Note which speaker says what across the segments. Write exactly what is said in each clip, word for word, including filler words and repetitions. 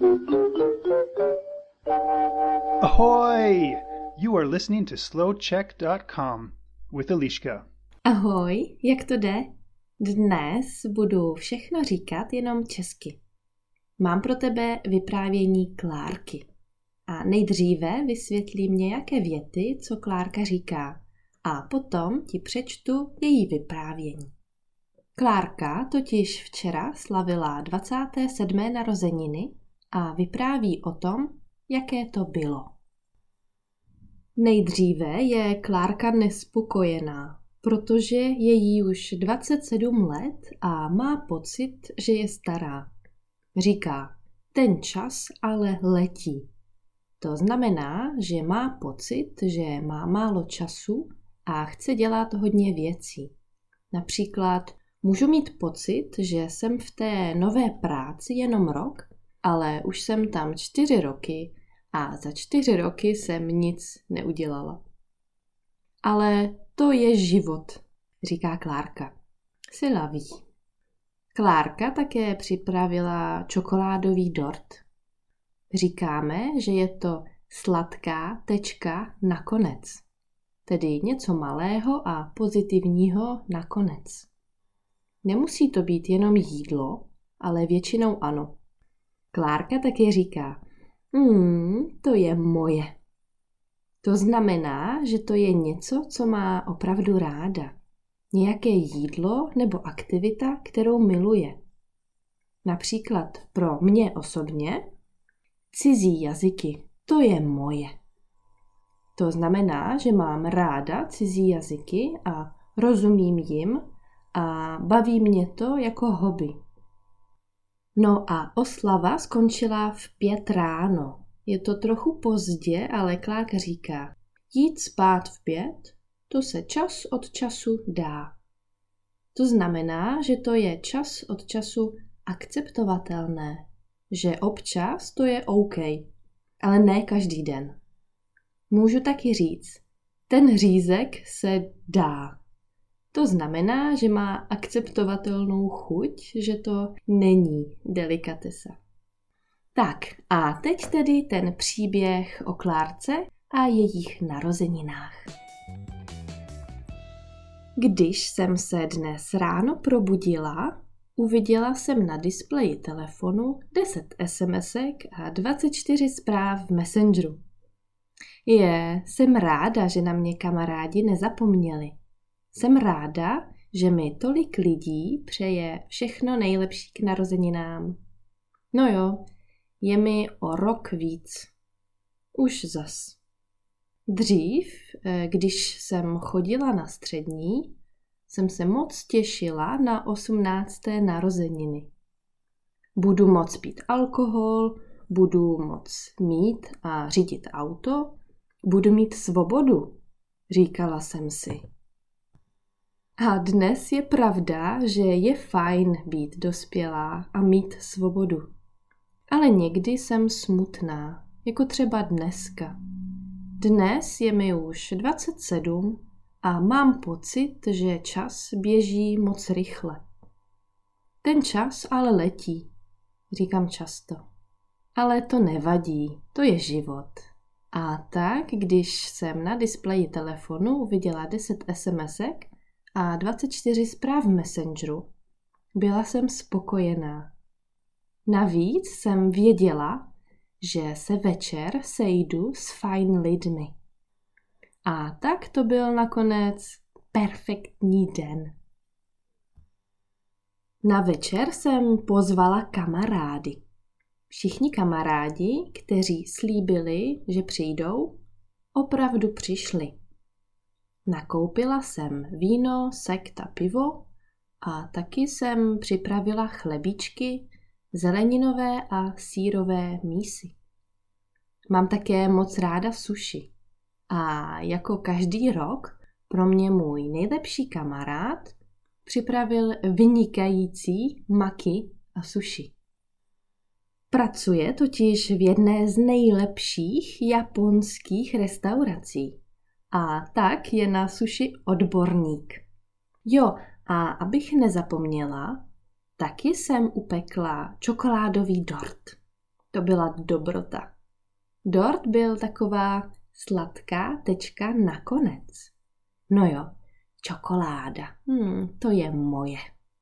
Speaker 1: Ahoy! You are listening to slow check dot com with Eliška.
Speaker 2: Ahoj, jak to jde? Dnes budu všechno říkat jenom česky. Mám pro tebe vyprávění Klárky. A nejdříve vysvětlím nějaké věty, co Klárka říká. A potom ti přečtu její vyprávění. Klárka totiž včera slavila dvacáté sedmé narozeniny a vypráví o tom, jaké to bylo. Nejdříve je Klárka nespokojená, protože je jí už dvacet sedm let a má pocit, že je stará. Říká, ten čas ale letí. To znamená, že má pocit, že má málo času a chce dělat hodně věcí. Například můžu mít pocit, že jsem v té nové práci jenom rok, ale už jsem tam čtyři roky a za čtyři roky jsem nic neudělala. Ale to je život, říká Klárka. C'est la vie. Klárka také připravila čokoládový dort. Říkáme, že je to sladká tečka nakonec. Tedy něco malého a pozitivního nakonec. Nemusí to být jenom jídlo, ale většinou ano. Klárka také říká, hmm, to je moje. To znamená, že to je něco, co má opravdu ráda. Nějaké jídlo nebo aktivita, kterou miluje. Například pro mě osobně cizí jazyky, to je moje. To znamená, že mám ráda cizí jazyky a rozumím jim a baví mě to jako hobby. No a oslava skončila v pět ráno. Je to trochu pozdě, ale Klárka říká, jít spát v pět, to se čas od času dá. To znamená, že to je čas od času akceptovatelné, že občas to je OK, ale ne každý den. Můžu taky říct, ten řízek se dá. To znamená, že má akceptovatelnou chuť, že to není delikatesa. Tak a teď tedy ten příběh o Klárce a jejich narozeninách. Když jsem se dnes ráno probudila, uviděla jsem na displeji telefonu deset SMSek a dvacet čtyři zpráv v Messengeru. Je, jsem ráda, že na mě kamarádi nezapomněli. Jsem ráda, že mi tolik lidí přeje všechno nejlepší k narozeninám. No jo, je mi o rok víc. Už zas. Dřív, když jsem chodila na střední, jsem se moc těšila na osmnácté narozeniny. Budu moc pít alkohol, budu moc mít a řídit auto, budu mít svobodu, říkala jsem si. A dnes je pravda, že je fajn být dospělá a mít svobodu. Ale někdy jsem smutná, jako třeba dneska. Dnes je mi už dvacet sedm a mám pocit, že čas běží moc rychle. Ten čas ale letí, říkám často. Ale to nevadí, to je život. A tak, když jsem na displeji telefonu uviděla deset SMSek a dvacet čtyři zpráv v Messengeru, byla jsem spokojená. Navíc jsem věděla, že se večer sejdu s fajn lidmi. A tak to byl nakonec perfektní den. Na večer jsem pozvala kamarády. Všichni kamarádi, kteří slíbili, že přijdou, opravdu přišli. Nakoupila jsem víno, sekt a pivo a taky jsem připravila chlebíčky, zeleninové a sýrové mísy. Mám také moc ráda sushi. A jako každý rok pro mě můj nejlepší kamarád připravil vynikající maki a sushi. Pracuje totiž v jedné z nejlepších japonských restaurací a tak je na sushi odborník. Jo, a abych nezapomněla, taky jsem upekla čokoládový dort. To byla dobrota. Dort byl taková sladká tečka nakonec. No jo, čokoláda, hmm, to je moje.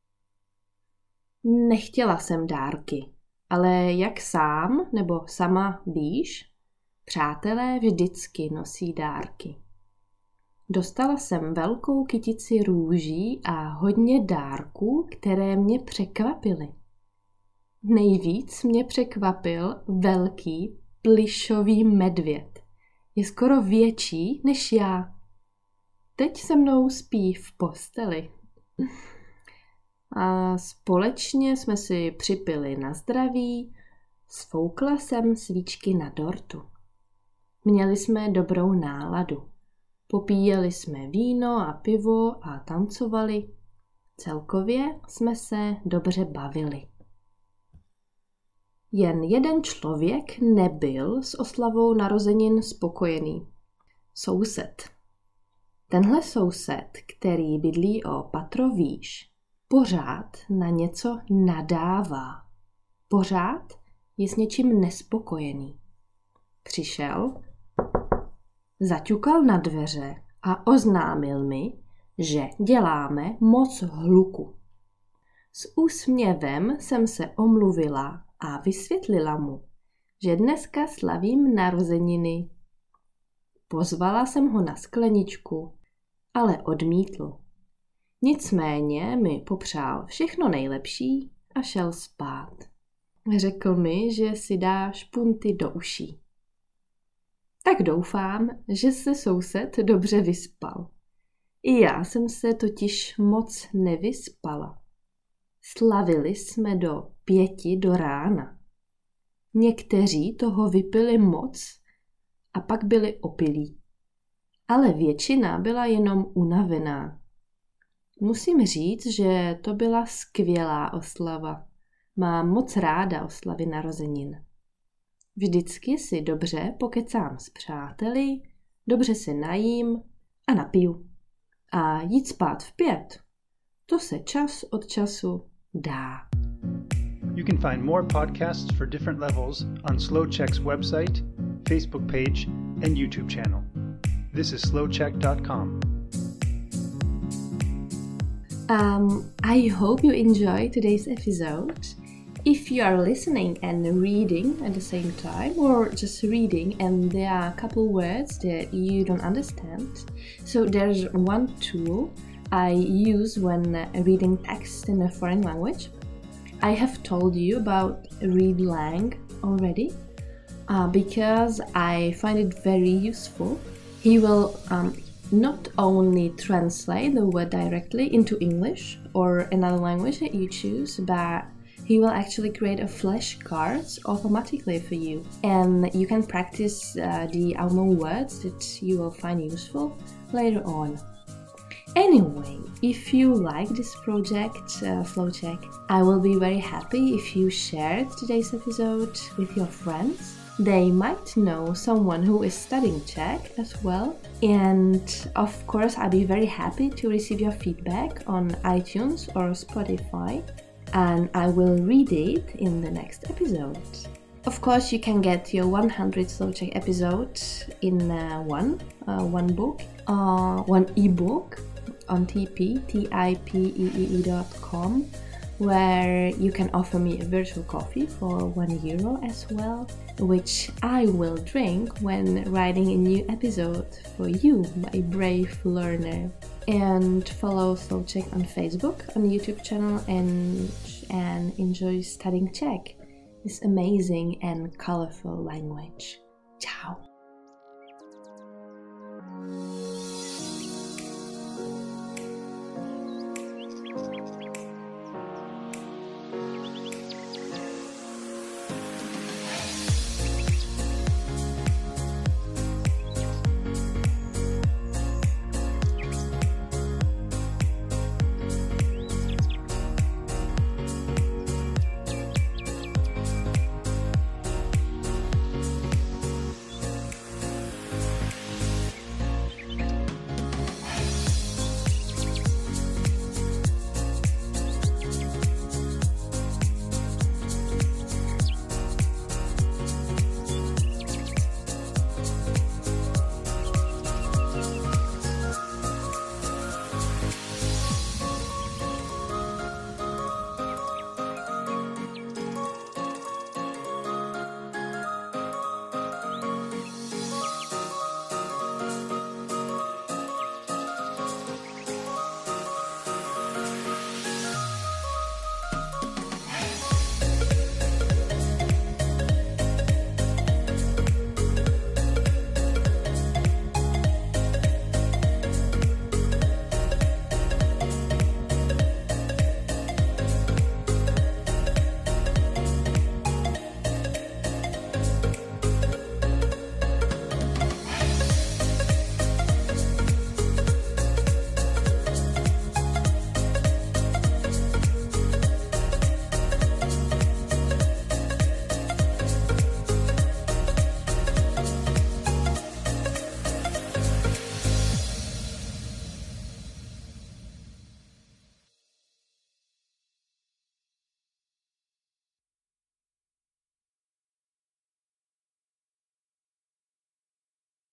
Speaker 2: Nechtěla jsem dárky, ale jak sám nebo sama víš, přátelé vždycky nosí dárky. Dostala jsem velkou kytici růží a hodně dárků, které mě překvapily. Nejvíc mě překvapil velký plyšový medvěd. Je skoro větší než já. Teď se mnou spí v posteli. A společně jsme si připili na zdraví, sfoukla jsem svíčky na dortu. Měli jsme dobrou náladu. Popíjeli jsme víno a pivo a tancovali. Celkově jsme se dobře bavili. Jen jeden člověk nebyl s oslavou narozenin spokojený. Soused. Tenhle soused, který bydlí o patro výš, pořád na něco nadává. Pořád je s něčím nespokojený. Přišel, zaťukal na dveře a oznámil mi, že děláme moc hluku. S úsměvem jsem se omluvila a vysvětlila mu, že dneska slavím narozeniny. Pozvala jsem ho na skleničku, ale odmítl. Nicméně mi popřál všechno nejlepší a šel spát. Řekl mi, že si dá špunty do uší. Tak doufám, že se soused dobře vyspal. I já jsem se totiž moc nevyspala. Slavili jsme do pěti do rána. Někteří toho vypili moc a pak byli opilí. Ale většina byla jenom unavená. Musím říct, že to byla skvělá oslava. Mám moc ráda oslavy narozenin. Vždycky si dobře pokecám s přáteli, dobře se najím a napiju. A jít spát v pět, to se čas od času dá.
Speaker 1: You can find more podcasts for different levels on SlowCheck's website, Facebook page, and YouTube channel. This is slow check dot com.
Speaker 2: Um, I hope you enjoyed today's episode. If you are listening and reading at the same time, or just reading and there are a couple words that you don't understand, so there's one tool I use when reading text in a foreign language. I have told you about Readlang already uh, because I find it very useful. He will um, not only translate the word directly into English or another language that you choose, but he will actually create a flashcards automatically for you, and you can practice uh, the unknown words that you will find useful later on. Anyway, if you like this project, uh, SlowCheck, I will be very happy if you shared today's episode with your friends. They might know someone who is studying Czech as well. And of course, I'll be very happy to receive your feedback on iTunes or Spotify, and I will read it in the next episode. Of course, you can get your one hundred SlowCheck episodes in uh, one, uh, one book, uh, one ebook on T P, T I P E E E dot com, where you can offer me a virtual coffee for one euro as well, which I will drink when writing a new episode for you, my brave learner. And follow SlowCheck on Facebook, on the YouTube channel, and, and enjoy studying Czech, this amazing and colorful language. Ciao!